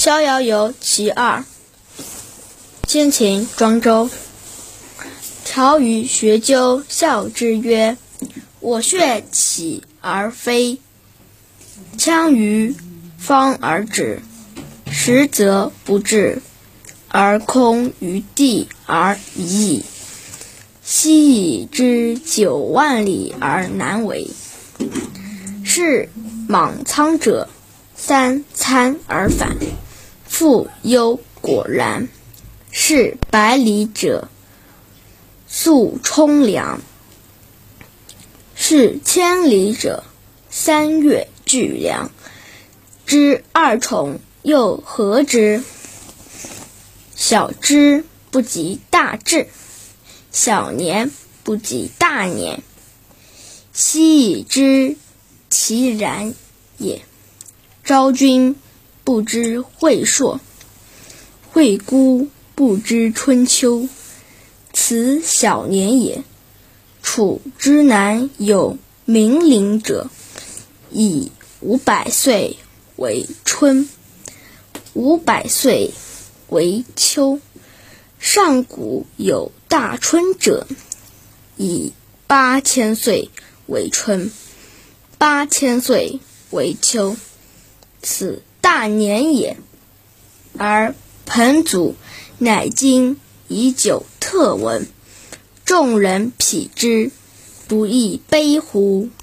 逍遥游其二。先秦庄周。条于学究笑之曰：我血起而飞，羌于方而止，实则不至，而空于地而已矣。昔已之9万里而难为。是莽苍者3餐而返，复忧果然。是百里者速冲凉，是千里者3月具粮。知二重又何之？小知不及大智，小年不及大年。昔已知其然也。昭君不知晦朔，惠姑不知春秋。此小年也。楚之南有冥灵者，以500岁为春，500岁为秋。上古有大春者，以8000岁为春，8000岁为秋。此大年也。而彭祖乃今以久特闻，众人匹之，不亦悲乎！